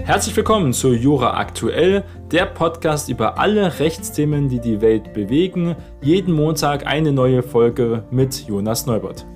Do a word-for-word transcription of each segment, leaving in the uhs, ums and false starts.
Herzlich willkommen zu Jura Aktuell, der Podcast über alle Rechtsthemen, die die Welt bewegen. Jeden Montag eine neue Folge mit Jonas Neubert.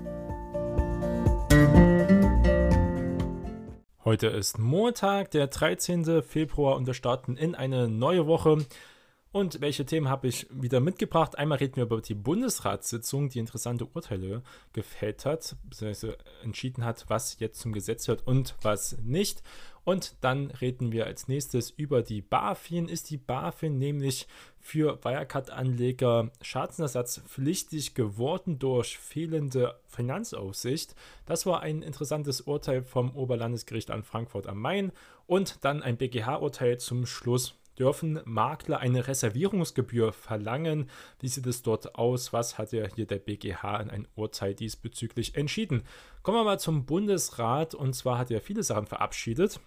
Heute ist Montag, der dreizehnten Februar und wir starten in eine neue Woche. Und welche Themen habe ich wieder mitgebracht? Einmal reden wir über die Bundesratssitzung, die interessante Urteile gefällt hat, beziehungsweise entschieden hat, was jetzt zum Gesetz wird und was nicht. Und dann reden wir als nächstes über die BaFin. Ist die BaFin nämlich für Wirecard-Anleger schadensersatzpflichtig geworden durch fehlende Finanzaufsicht? Das war ein interessantes Urteil vom Oberlandesgericht an Frankfurt am Main. Und dann ein B G H-Urteil zum Schluss. Dürfen Makler eine Reservierungsgebühr verlangen? Wie sieht es dort aus? Was hat ja hier der B G H in ein Urteil diesbezüglich entschieden? Kommen wir mal zum Bundesrat. Und zwar hat er viele Sachen verabschiedet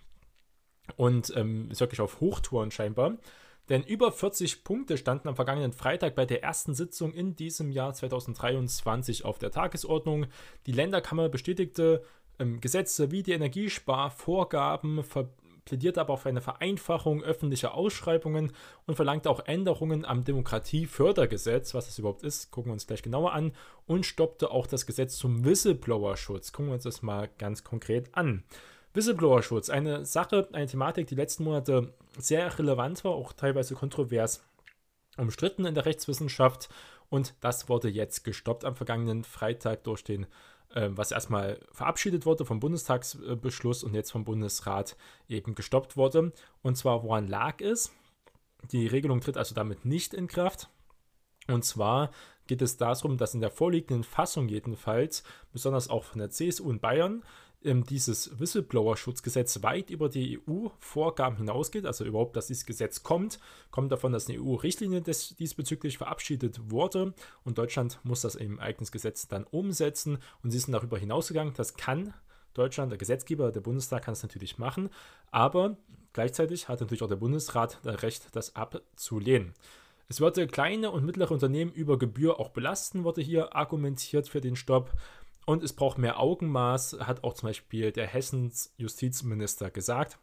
und ähm, ist wirklich auf Hochtouren scheinbar. Denn über vierzig Punkte standen am vergangenen Freitag bei der ersten Sitzung in diesem Jahr zweitausenddreiundzwanzig auf der Tagesordnung. Die Länderkammer bestätigte ähm, Gesetze wie die Energiesparvorgaben, ver plädiert aber auf eine Vereinfachung öffentlicher Ausschreibungen und verlangt auch Änderungen am Demokratiefördergesetz, was das überhaupt ist, gucken wir uns gleich genauer an, und stoppte auch das Gesetz zum Whistleblower-Schutz. Gucken wir uns das mal ganz konkret an. Whistleblower-Schutz, eine Sache, eine Thematik, die letzten Monate sehr relevant war, auch teilweise kontrovers umstritten in der Rechtswissenschaft, und das wurde jetzt gestoppt am vergangenen Freitag durch den was erstmal verabschiedet wurde vom Bundestagsbeschluss und jetzt vom Bundesrat eben gestoppt wurde. Und zwar, woran lag es? Die Regelung tritt also damit nicht in Kraft. Und zwar geht es darum, dass in der vorliegenden Fassung jedenfalls, besonders auch von der C S U in Bayern, dieses Whistleblower-Schutzgesetz weit über die E U-Vorgaben hinausgeht, also überhaupt, dass dieses Gesetz kommt, kommt davon, dass eine E U-Richtlinie diesbezüglich verabschiedet wurde und Deutschland muss das im eigenes Gesetz dann umsetzen und sie sind darüber hinausgegangen. Das kann Deutschland, der Gesetzgeber, der Bundestag kann es natürlich machen, aber gleichzeitig hat natürlich auch der Bundesrat das Recht, das abzulehnen. Es würde kleine und mittlere Unternehmen über Gebühr auch belasten, wurde hier argumentiert für den Stopp. Und es braucht mehr Augenmaß, hat auch zum Beispiel der Hessens Justizminister gesagt.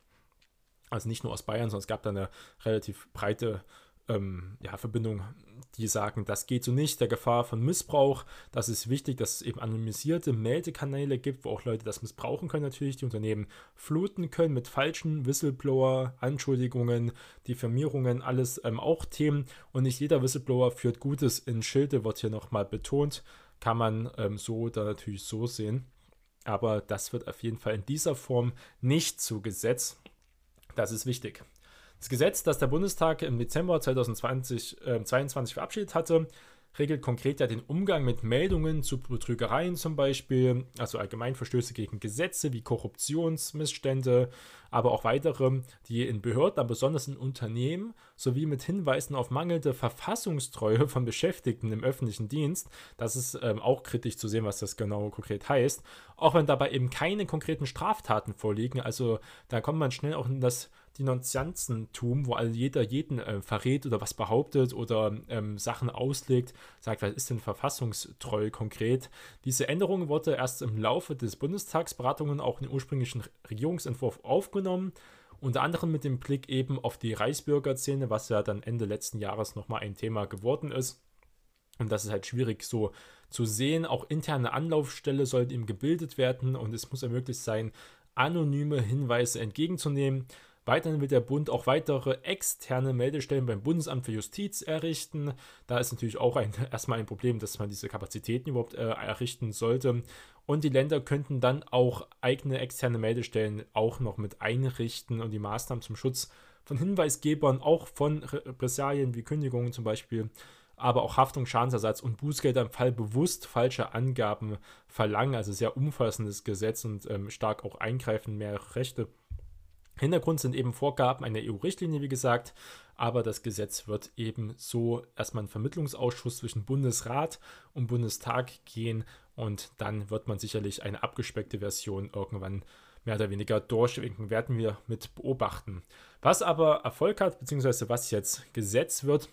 Also nicht nur aus Bayern, sondern es gab da eine relativ breite ähm, ja, Verbindung, die sagen, das geht so nicht, der Gefahr von Missbrauch. Das ist wichtig, dass es eben anonymisierte Meldekanäle gibt, wo auch Leute das missbrauchen können natürlich, die Unternehmen fluten können mit falschen Whistleblower, Anschuldigungen, Diffamierungen, alles ähm, auch Themen. Und nicht jeder Whistleblower führt Gutes in Schilde, wird hier nochmal betont. Kann man ähm, so oder natürlich so sehen. Aber das wird auf jeden Fall in dieser Form nicht zu Gesetz. Das ist wichtig. Das Gesetz, das der Bundestag im Dezember zweitausendzweiundzwanzig verabschiedet hatte, regelt konkret ja den Umgang mit Meldungen zu Betrügereien zum Beispiel, also Allgemeinverstöße gegen Gesetze wie Korruptionsmissstände, aber auch weitere, die in Behörden, aber besonders in Unternehmen, sowie mit Hinweisen auf mangelnde Verfassungstreue von Beschäftigten im öffentlichen Dienst. Das ist ähm, auch kritisch zu sehen, was das genau konkret heißt, auch wenn dabei eben keine konkreten Straftaten vorliegen. Also da kommt man schnell auch in das Denunziantentum, wo also jeder jeden äh, verrät oder was behauptet oder ähm, Sachen auslegt, sagt, was ist denn verfassungstreu konkret. Diese Änderung wurde erst im Laufe des Bundestagsberatungen auch in den ursprünglichen Regierungsentwurf aufgenommen, unter anderem mit dem Blick eben auf die Reichsbürgerszene, was ja dann Ende letzten Jahres nochmal ein Thema geworden ist. Und das ist halt schwierig so zu sehen. Auch interne Anlaufstelle sollte eben gebildet werden und es muss ermöglicht sein, anonyme Hinweise entgegenzunehmen. Weiterhin will der Bund auch weitere externe Meldestellen beim Bundesamt für Justiz errichten. Da ist natürlich auch ein, erstmal ein Problem, dass man diese Kapazitäten überhaupt äh, errichten sollte. Und die Länder könnten dann auch eigene externe Meldestellen auch noch mit einrichten und die Maßnahmen zum Schutz von Hinweisgebern, auch von Repressalien wie Kündigungen zum Beispiel, aber auch Haftung, Schadensersatz und Bußgelder im Fall bewusst falscher Angaben verlangen. Also sehr umfassendes Gesetz und ähm, stark auch eingreifen, mehr Rechte. Hintergrund sind eben Vorgaben einer E U-Richtlinie, wie gesagt, aber das Gesetz wird eben so erstmal einen Vermittlungsausschuss zwischen Bundesrat und Bundestag gehen und dann wird man sicherlich eine abgespeckte Version irgendwann mehr oder weniger durchwinken, werden wir mit beobachten. Was aber Erfolg hat, beziehungsweise was jetzt Gesetz wird,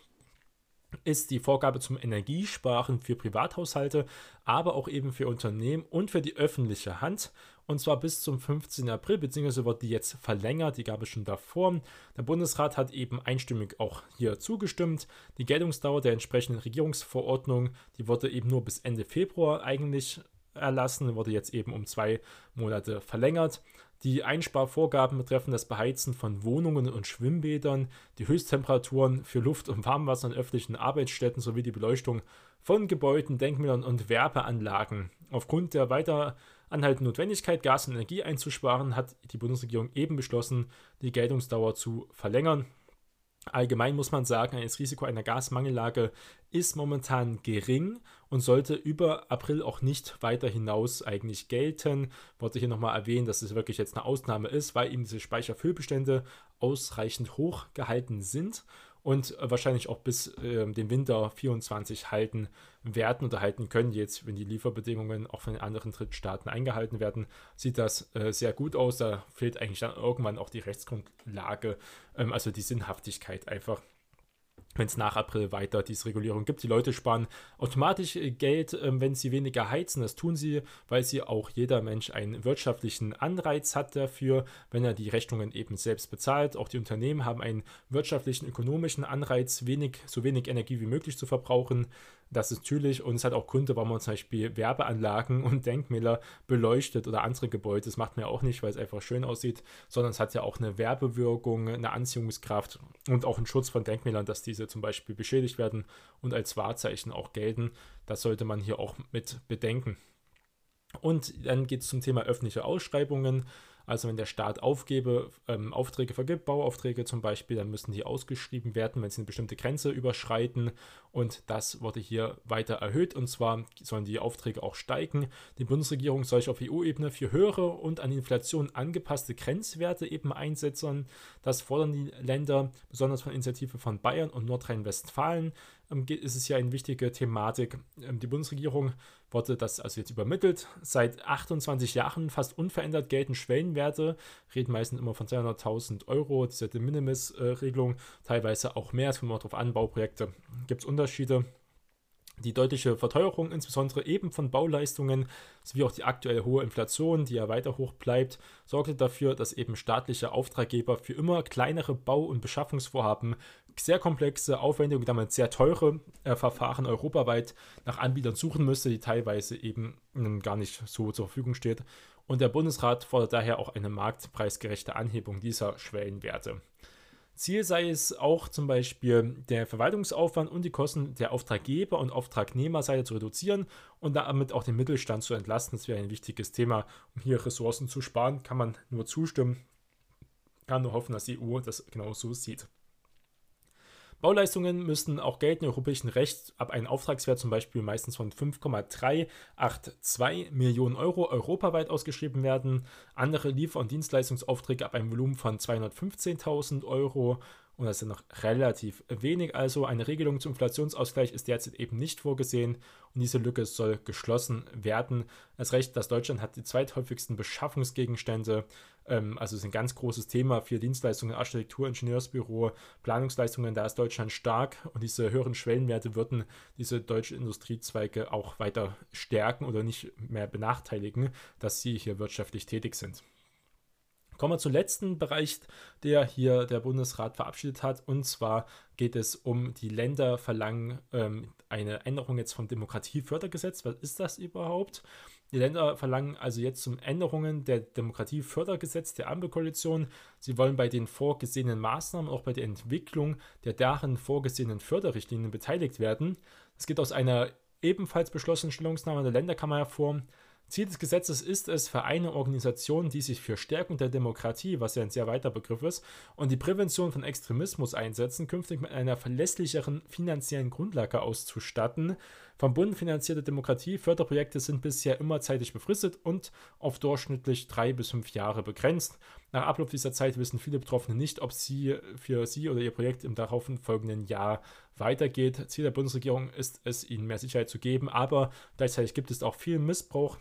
ist die Vorgabe zum Energiesparen für Privathaushalte, aber auch eben für Unternehmen und für die öffentliche Hand. und zwar bis zum fünfzehnten April, beziehungsweise wird die jetzt verlängert, die gab es schon davor. Der Bundesrat hat eben einstimmig auch hier zugestimmt. Die Geltungsdauer der entsprechenden Regierungsverordnung, die wurde eben nur bis Ende Februar eigentlich erlassen, wurde jetzt eben um zwei Monate verlängert. Die Einsparvorgaben betreffen das Beheizen von Wohnungen und Schwimmbädern, die Höchsttemperaturen für Luft- und Warmwasser in öffentlichen Arbeitsstätten sowie die Beleuchtung von Gebäuden, Denkmälern und Werbeanlagen. Aufgrund der weiter anhaltenden Notwendigkeit, Gas und Energie einzusparen, hat die Bundesregierung eben beschlossen, die Geltungsdauer zu verlängern. Allgemein muss man sagen, das Risiko einer Gasmangellage ist momentan gering und sollte über April auch nicht weiter hinaus eigentlich gelten. Ich wollte hier nochmal erwähnen, dass es wirklich jetzt eine Ausnahme ist, weil eben diese Speicherfüllbestände ausreichend hoch gehalten sind und wahrscheinlich auch bis äh, den Winter vierundzwanzig halten werden oder halten können. Jetzt, wenn die Lieferbedingungen auch von den anderen Drittstaaten eingehalten werden, sieht das äh, sehr gut aus. Da fehlt eigentlich dann irgendwann auch die Rechtsgrundlage, ähm, also die Sinnhaftigkeit einfach, wenn es nach April weiter diese Regulierung gibt. Die Leute sparen automatisch Geld, ähm, wenn sie weniger heizen. Das tun sie, weil sie auch jeder Mensch einen wirtschaftlichen Anreiz hat dafür, wenn er die Rechnungen eben selbst bezahlt. Auch die Unternehmen haben einen wirtschaftlichen, ökonomischen Anreiz, wenig, so wenig Energie wie möglich zu verbrauchen. Das ist natürlich, und es hat auch Gründe, warum man zum Beispiel Werbeanlagen und Denkmäler beleuchtet oder andere Gebäude. Das macht man ja auch nicht, weil es einfach schön aussieht, sondern es hat ja auch eine Werbewirkung, eine Anziehungskraft und auch einen Schutz von Denkmälern, dass diese zum Beispiel beschädigt werden und als Wahrzeichen auch gelten. Das sollte man hier auch mit bedenken. Und dann geht es zum Thema öffentliche Ausschreibungen. Also wenn der Staat Aufgebe, ähm, Aufträge vergibt, Bauaufträge zum Beispiel, dann müssen die ausgeschrieben werden, wenn sie eine bestimmte Grenze überschreiten. Und das wurde hier weiter erhöht. Und zwar sollen die Aufträge auch steigen. Die Bundesregierung soll sich auf E U-Ebene für höhere und an die Inflation angepasste Grenzwerte eben einsetzen. Das fordern die Länder, besonders von Initiative von Bayern und Nordrhein-Westfalen. Ähm, ist es ja eine wichtige Thematik. Ähm, die Bundesregierung wurde das also jetzt übermittelt. Seit achtundzwanzig Jahren fast unverändert gelten Schwellenwerte, reden meistens immer von zweihunderttausend Euro, diese De Minimis-Regelung, teilweise auch mehr, es kommt immer darauf an, Bauprojekte gibt es Unterschiede. Die deutliche Verteuerung, insbesondere eben von Bauleistungen, sowie auch die aktuell hohe Inflation, die ja weiter hoch bleibt, sorgte dafür, dass eben staatliche Auftraggeber für immer kleinere Bau- und Beschaffungsvorhaben sehr komplexe, aufwendige und damit sehr teure äh, Verfahren europaweit nach Anbietern suchen müsste, die teilweise eben mh, gar nicht so zur Verfügung steht. Und der Bundesrat fordert daher auch eine marktpreisgerechte Anhebung dieser Schwellenwerte. Ziel sei es auch zum Beispiel, der Verwaltungsaufwand und die Kosten der Auftraggeber- und Auftragnehmerseite zu reduzieren und damit auch den Mittelstand zu entlasten. Das wäre ein wichtiges Thema, um hier Ressourcen zu sparen. Kann man nur zustimmen. Kann nur hoffen, dass die E U das genauso sieht. Bauleistungen müssen auch gelten im europäischen Recht ab einem Auftragswert zum Beispiel meistens von fünf Komma dreihundertzweiundachtzig Millionen Euro europaweit ausgeschrieben werden. Andere Liefer- und Dienstleistungsaufträge ab einem Volumen von zweihundertfünfzehntausend Euro. Und das ist noch relativ wenig. Also eine Regelung zum Inflationsausgleich ist derzeit eben nicht vorgesehen und diese Lücke soll geschlossen werden. Das Recht, dass Deutschland hat die zweithäufigsten Beschaffungsgegenstände, ähm, also ist ein ganz großes Thema für Dienstleistungen, Architektur, Ingenieursbüro, Planungsleistungen, da ist Deutschland stark und diese höheren Schwellenwerte würden diese deutsche Industriezweige auch weiter stärken oder nicht mehr benachteiligen, dass sie hier wirtschaftlich tätig sind. Kommen wir zum letzten Bereich, der hier der Bundesrat verabschiedet hat. Und zwar geht es um die Länder verlangen ähm, eine Änderung jetzt vom Demokratiefördergesetz. Was ist das überhaupt? Die Länder verlangen also jetzt zum Änderungen der Demokratiefördergesetz der Ampelkoalition. Sie wollen bei den vorgesehenen Maßnahmen, auch bei der Entwicklung der darin vorgesehenen Förderrichtlinien beteiligt werden. Es geht aus einer ebenfalls beschlossenen Stellungnahme der Länderkammer hervor. Ziel des Gesetzes ist es, Vereine, Organisationen, die sich für Stärkung der Demokratie, was ja ein sehr weiter Begriff ist, und die Prävention von Extremismus einsetzen, künftig mit einer verlässlicheren finanziellen Grundlage auszustatten. Vom Bund finanzierte Demokratie-Förderprojekte sind bisher immer zeitlich befristet und auf durchschnittlich drei bis fünf Jahre begrenzt. Nach Ablauf dieser Zeit wissen viele Betroffene nicht, ob sie für sie oder ihr Projekt im darauffolgenden Jahr weitergeht. Ziel der Bundesregierung ist es, ihnen mehr Sicherheit zu geben, aber gleichzeitig gibt es auch viel Missbrauch.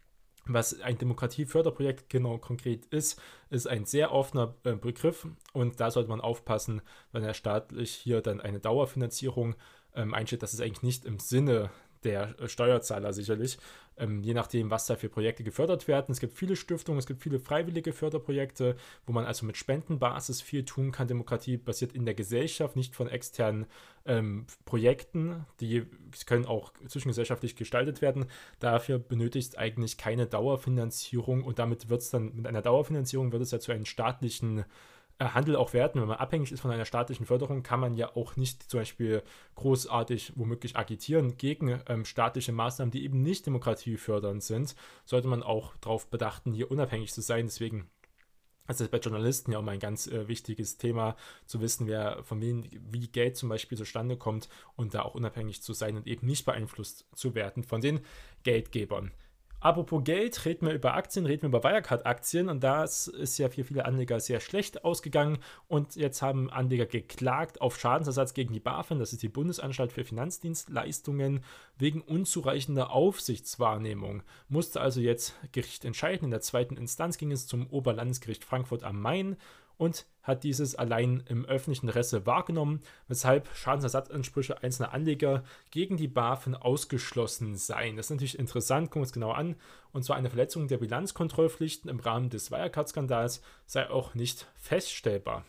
Was ein Demokratieförderprojekt genau konkret ist, ist ein sehr offener äh, Begriff und da sollte man aufpassen, wenn er staatlich hier dann eine Dauerfinanzierung ähm, einstellt. Das ist eigentlich nicht im Sinne der äh, Steuerzahler sicherlich. ähm, je nachdem, was da für Projekte gefördert werden. Es gibt viele Stiftungen, es gibt viele freiwillige Förderprojekte, wo man also mit Spendenbasis viel tun kann. Demokratie basiert in der Gesellschaft, nicht von externen ähm, Projekten. Die können auch zwischengesellschaftlich gestaltet werden. Dafür benötigt es eigentlich keine Dauerfinanzierung und damit wird es dann, mit einer Dauerfinanzierung wird es ja zu einem staatlichen Handel auch werden. Wenn man abhängig ist von einer staatlichen Förderung, kann man ja auch nicht zum Beispiel großartig womöglich agitieren gegen ähm, staatliche Maßnahmen, die eben nicht demokratiefördernd sind. Sollte man auch darauf bedachten, hier unabhängig zu sein. Deswegen ist es bei Journalisten ja auch mal ein ganz äh, wichtiges Thema, zu wissen, wer von wem, wie Geld zum Beispiel zustande kommt und da auch unabhängig zu sein und eben nicht beeinflusst zu werden von den Geldgebern. Apropos Geld, reden wir über Aktien, reden wir über Wirecard-Aktien und das ist ja für viele Anleger sehr schlecht ausgegangen und jetzt haben Anleger geklagt auf Schadensersatz gegen die BaFin, das ist die Bundesanstalt für Finanzdienstleistungen, wegen unzureichender Aufsichtswahrnehmung. Musste also jetzt Gericht entscheiden. In der zweiten Instanz ging es zum Oberlandesgericht Frankfurt am Main und hat dieses allein im öffentlichen Interesse wahrgenommen, weshalb Schadensersatzansprüche einzelner Anleger gegen die BaFin ausgeschlossen seien. Das ist natürlich interessant, gucken wir uns genau an. Und zwar eine Verletzung der Bilanzkontrollpflichten im Rahmen des Wirecard-Skandals sei auch nicht feststellbar.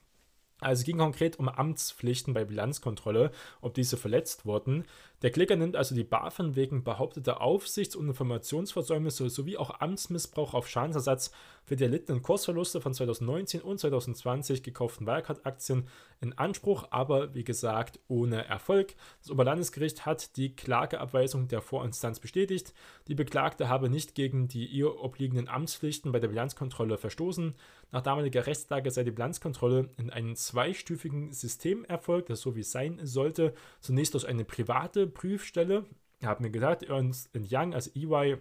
Also es ging konkret um Amtspflichten bei Bilanzkontrolle, ob diese verletzt wurden. Der Kläger nimmt also die BaFin wegen behaupteter Aufsichts- und Informationsversäumnisse sowie auch Amtsmissbrauch auf Schadensersatz für die erlittenen Kursverluste von zweitausendneunzehn und zweitausendzwanzig gekauften Wirecard-Aktien in Anspruch, aber wie gesagt ohne Erfolg. Das Oberlandesgericht hat die Klageabweisung der Vorinstanz bestätigt. Die Beklagte habe nicht gegen die ihr obliegenden Amtspflichten bei der Bilanzkontrolle verstoßen. Nach damaliger Rechtslage sei die Bilanzkontrolle in einem zweistufigen System erfolgt, das so wie es sein sollte. Zunächst durch eine private Prüfstelle, haben wir gesagt, Ernst Young, also E Y.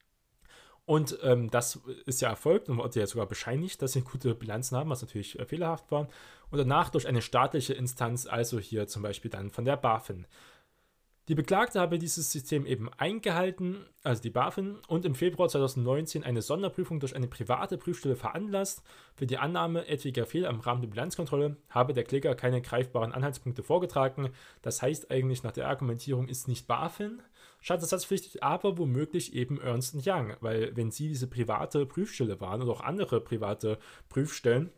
Und ähm, das ist ja erfolgt und wurde ja sogar bescheinigt, dass sie gute Bilanzen haben, was natürlich äh, fehlerhaft war. Und danach durch eine staatliche Instanz, also hier zum Beispiel dann von der BaFin. Die Beklagte habe dieses System eben eingehalten, also die BaFin, und im Februar zweitausendneunzehn eine Sonderprüfung durch eine private Prüfstelle veranlasst. Für die Annahme etwaiger Fehler im Rahmen der Bilanzkontrolle habe der Kläger keine greifbaren Anhaltspunkte vorgetragen. Das heißt eigentlich, nach der Argumentierung ist nicht BaFin schadensersatzpflichtig, aber womöglich eben Ernst Young, weil wenn sie diese private Prüfstelle waren oder auch andere private Prüfstellen,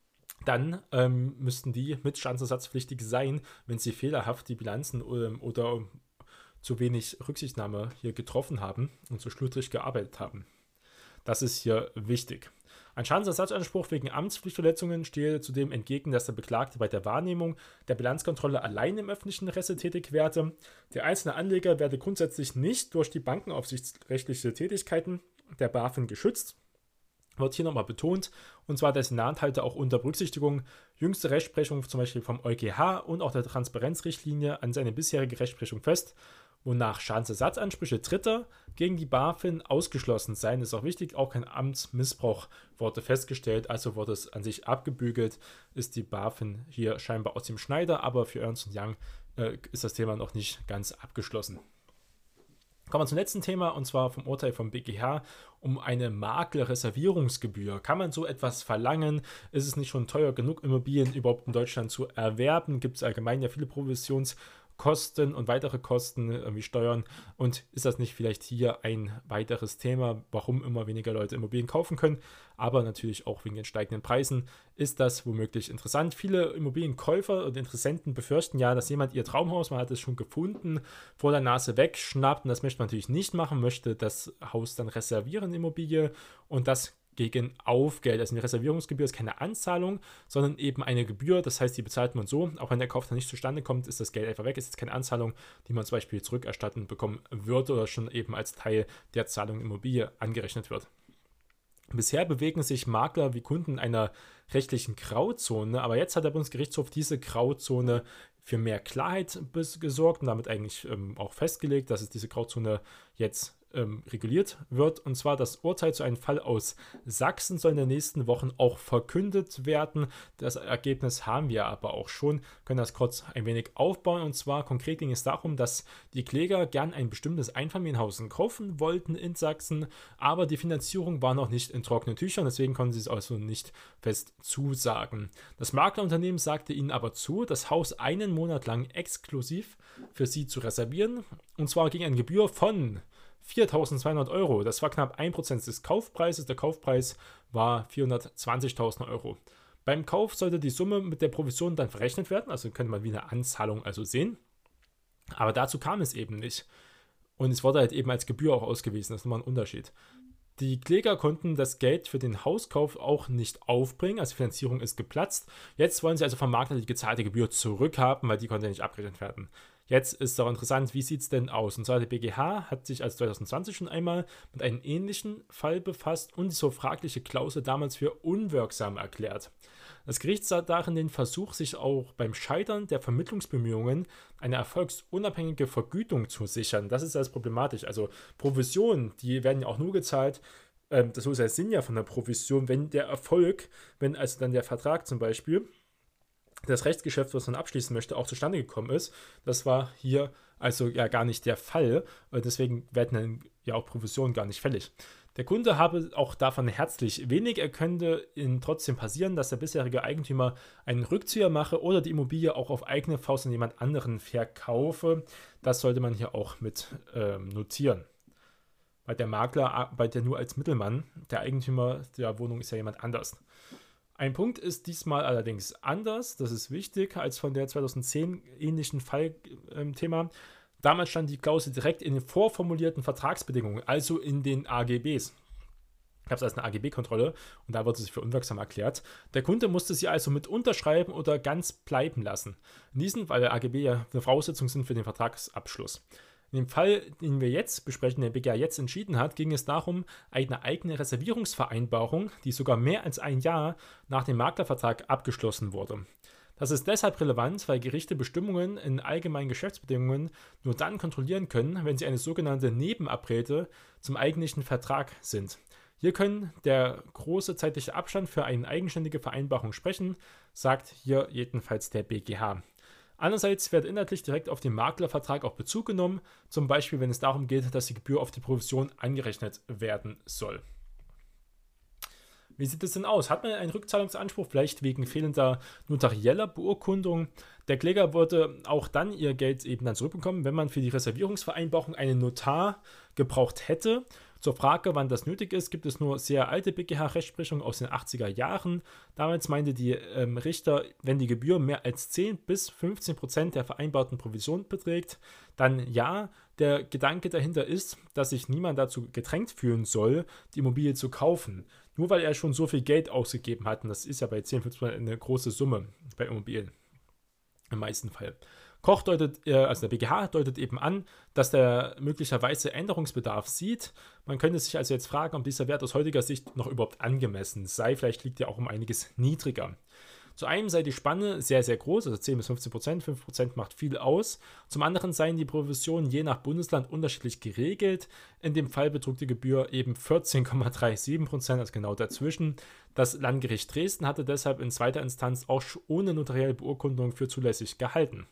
dann ähm, müssten die mit schadensersatzpflichtig sein, wenn sie fehlerhaft die Bilanzen ähm, oder zu wenig Rücksichtnahme hier getroffen haben und zu schludrig gearbeitet haben. Das ist hier wichtig. Ein Schadensersatzanspruch wegen Amtspflichtverletzungen stehe zudem entgegen, dass der Beklagte bei der Wahrnehmung der Bilanzkontrolle allein im öffentlichen Interesse tätig werde. Der einzelne Anleger werde grundsätzlich nicht durch die bankenaufsichtsrechtliche Tätigkeiten der BaFin geschützt. Wird hier nochmal betont, und zwar der Senat halte auch unter Berücksichtigung jüngste Rechtsprechung zum Beispiel vom EuGH und auch der Transparenzrichtlinie an seine bisherige Rechtsprechung fest, wonach Schadensersatzansprüche Dritter gegen die BaFin ausgeschlossen seien. Ist auch wichtig, auch kein Amtsmissbrauch wurde festgestellt, also wurde es an sich abgebügelt, ist die BaFin hier scheinbar aus dem Schneider, aber für Ernst Young äh, ist das Thema noch nicht ganz abgeschlossen. Kommen wir zum letzten Thema, und zwar vom Urteil vom B G H um eine Maklerreservierungsgebühr. Kann man so etwas verlangen? Ist es nicht schon teuer genug, Immobilien überhaupt in Deutschland zu erwerben? Gibt es allgemein ja viele Provisionskosten und weitere Kosten wie Steuern? Und ist das nicht vielleicht hier ein weiteres Thema, warum immer weniger Leute Immobilien kaufen können? Aber natürlich auch wegen den steigenden Preisen ist das womöglich interessant. Viele Immobilienkäufer und Interessenten befürchten ja, dass jemand ihr Traumhaus, man hat es schon gefunden, vor der Nase wegschnappt. Und das möchte man natürlich nicht machen, möchte das Haus dann reservieren, Immobilie, und das gegen Aufgeld. Also eine Reservierungsgebühr ist keine Anzahlung, sondern eben eine Gebühr. Das heißt, die bezahlt man so. Auch wenn der Kauf dann nicht zustande kommt, ist das Geld einfach weg. Es ist keine Anzahlung, die man zum Beispiel zurückerstatten bekommen würde oder schon eben als Teil der Zahlung Immobilie angerechnet wird. Bisher bewegen sich Makler wie Kunden in einer rechtlichen Grauzone, aber jetzt hat der Bundesgerichtshof diese Grauzone für mehr Klarheit gesorgt und damit eigentlich ähm, auch festgelegt, dass es diese Grauzone jetzt ähm, reguliert wird. Und zwar das Urteil zu einem Fall aus Sachsen soll in den nächsten Wochen auch verkündet werden. Das Ergebnis haben wir aber auch schon, können das kurz ein wenig aufbauen. Und zwar konkret ging es darum, dass die Kläger gern ein bestimmtes Einfamilienhaus kaufen wollten in Sachsen, aber die Finanzierung war noch nicht in trockenen Tüchern, deswegen konnten sie es also nicht fest zusagen. Das Maklerunternehmen sagte ihnen aber zu, das Haus einen Monat lang exklusiv für sie zu reservieren, und zwar gegen eine Gebühr von viertausendzweihundert Euro. Das war knapp ein Prozent des Kaufpreises. Der Kaufpreis war vierhundertzwanzigtausend Euro. Beim Kauf sollte die Summe mit der Provision dann verrechnet werden, also könnte man wie eine Anzahlung also sehen. Aber dazu kam es eben nicht. Und es wurde halt eben als Gebühr auch ausgewiesen. Das ist nochmal ein Unterschied. Die Kläger konnten das Geld für den Hauskauf auch nicht aufbringen, also die Finanzierung ist geplatzt. Jetzt wollen sie also vom Makler die gezahlte Gebühr zurückhaben, weil die konnte nicht abgerechnet werden. Jetzt ist es auch interessant, wie sieht es denn aus? Und zwar der B G H hat sich also zwanzig zwanzig schon einmal mit einem ähnlichen Fall befasst und die so fragliche Klausel damals für unwirksam erklärt. Das Gericht sah darin den Versuch, sich auch beim Scheitern der Vermittlungsbemühungen eine erfolgsunabhängige Vergütung zu sichern. Das ist das problematisch. Also Provisionen, die werden ja auch nur gezahlt, ähm, das ist der Sinn ja von der Provision, wenn der Erfolg, wenn also dann der Vertrag zum Beispiel, das Rechtsgeschäft, was man abschließen möchte, auch zustande gekommen ist. Das war hier also ja gar nicht der Fall. Deswegen werden dann ja auch Provisionen gar nicht fällig. Der Kunde habe auch davon herzlich wenig. Er könnte ihm trotzdem passieren, dass der bisherige Eigentümer einen Rückzieher mache oder die Immobilie auch auf eigene Faust an jemand anderen verkaufe. Das sollte man hier auch mit ähm, notieren. Weil der Makler arbeitet ja nur als Mittelmann. Der Eigentümer der Wohnung ist ja jemand anders. Ein Punkt ist diesmal allerdings anders, das ist wichtig, als von der zweitausendzehn ähnlichen Fallthema. Ähm, Damals stand die Klausel direkt in den vorformulierten Vertragsbedingungen, also in den A G Bs. Gab es also eine A G B-Kontrolle und da wurde sie für unwirksam erklärt. Der Kunde musste sie also mit unterschreiben oder ganz bleiben lassen. In diesem, weil der A G B ja eine Voraussetzung sind für den Vertragsabschluss. In dem Fall, den wir jetzt besprechen, der B G H jetzt entschieden hat, ging es darum, eine eigene Reservierungsvereinbarung, die sogar mehr als ein Jahr nach dem Maklervertrag abgeschlossen wurde. Das ist deshalb relevant, weil Gerichte Bestimmungen in allgemeinen Geschäftsbedingungen nur dann kontrollieren können, wenn sie eine sogenannte Nebenabrede zum eigentlichen Vertrag sind. Hier können der große zeitliche Abstand für eine eigenständige Vereinbarung sprechen, sagt hier jedenfalls der B G H. Andererseits wird inhaltlich direkt auf den Maklervertrag auch Bezug genommen, zum Beispiel wenn es darum geht, dass die Gebühr auf die Provision angerechnet werden soll. Wie sieht es denn aus? Hat man einen Rückzahlungsanspruch, vielleicht wegen fehlender notarieller Beurkundung? Der Kläger würde auch dann ihr Geld eben dann zurückbekommen, wenn man für die Reservierungsvereinbarung einen Notar gebraucht hätte. Zur Frage, wann das nötig ist, gibt es nur sehr alte B G H-Rechtsprechung aus den achtziger Jahren. Damals meinte die ähm, Richter, wenn die Gebühr mehr als zehn bis fünfzehn Prozent der vereinbarten Provision beträgt, dann ja, der Gedanke dahinter ist, dass sich niemand dazu gedrängt fühlen soll, die Immobilie zu kaufen. Nur weil er schon so viel Geld ausgegeben hat, und das ist ja bei zehn bis fünfzehn Prozent eine große Summe bei Immobilien im meisten Fall. Koch deutet, also der B G H deutet eben an, dass der möglicherweise Änderungsbedarf sieht. Man könnte sich also jetzt fragen, ob dieser Wert aus heutiger Sicht noch überhaupt angemessen sei. Vielleicht liegt er auch um einiges niedriger. Zu einem sei die Spanne sehr, sehr groß, also zehn bis fünfzehn Prozent, fünf Prozent macht viel aus. Zum anderen seien die Provisionen je nach Bundesland unterschiedlich geregelt. In dem Fall betrug die Gebühr eben vierzehn Komma siebenunddreißig Prozent, also genau dazwischen. Das Landgericht Dresden hatte deshalb in zweiter Instanz auch ohne notarielle Beurkundung für zulässig gehalten.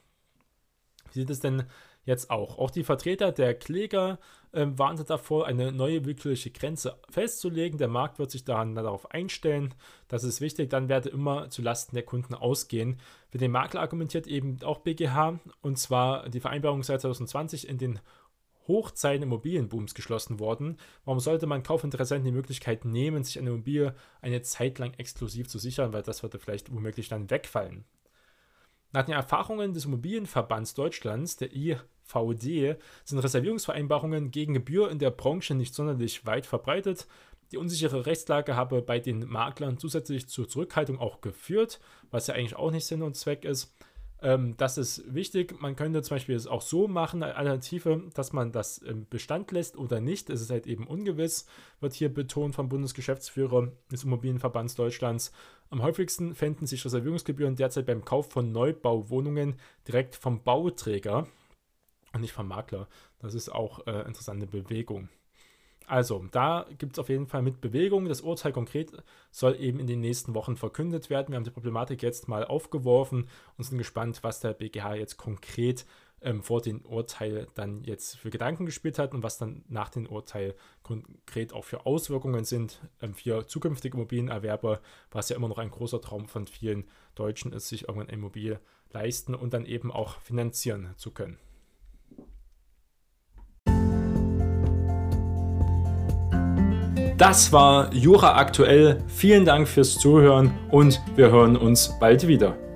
Wie sieht es denn jetzt auch? Auch die Vertreter der Kläger äh, warnten davor, eine neue willkürliche Grenze festzulegen. Der Markt wird sich daran darauf einstellen. Das ist wichtig, dann werde immer zulasten der Kunden ausgehen. Für den Makler argumentiert eben auch B G H, und zwar die Vereinbarung seit zwanzig zwanzig in den Hochzeiten Immobilienbooms geschlossen worden. Warum sollte man Kaufinteressenten die Möglichkeit nehmen, sich eine Immobilie eine Zeit lang exklusiv zu sichern, weil das würde vielleicht womöglich dann wegfallen. Nach den Erfahrungen des Immobilienverbands Deutschlands, der I V D, sind Reservierungsvereinbarungen gegen Gebühr in der Branche nicht sonderlich weit verbreitet. Die unsichere Rechtslage habe bei den Maklern zusätzlich zur Zurückhaltung auch geführt, was ja eigentlich auch nicht Sinn und Zweck ist. Ähm, das ist wichtig. Man könnte zum Beispiel es auch so machen, eine Alternative, dass man das im Bestand lässt oder nicht. Es ist halt eben ungewiss, wird hier betont vom Bundesgeschäftsführer des Immobilienverbands Deutschlands. Am häufigsten fänden sich Reservierungsgebühren derzeit beim Kauf von Neubauwohnungen direkt vom Bauträger und nicht vom Makler. Das ist auch äh, interessante Bewegung. Also, da gibt es auf jeden Fall mit Bewegung. Das Urteil konkret soll eben in den nächsten Wochen verkündet werden. Wir haben die Problematik jetzt mal aufgeworfen und sind gespannt, was der B G H jetzt konkret ähm, vor dem Urteil dann jetzt für Gedanken gespielt hat und was dann nach dem Urteil konkret auch für Auswirkungen sind ähm, für zukünftige Immobilienerwerber, was ja immer noch ein großer Traum von vielen Deutschen ist, sich irgendwann eine Immobilie leisten und dann eben auch finanzieren zu können. Das war Jura aktuell. Vielen Dank fürs Zuhören und wir hören uns bald wieder.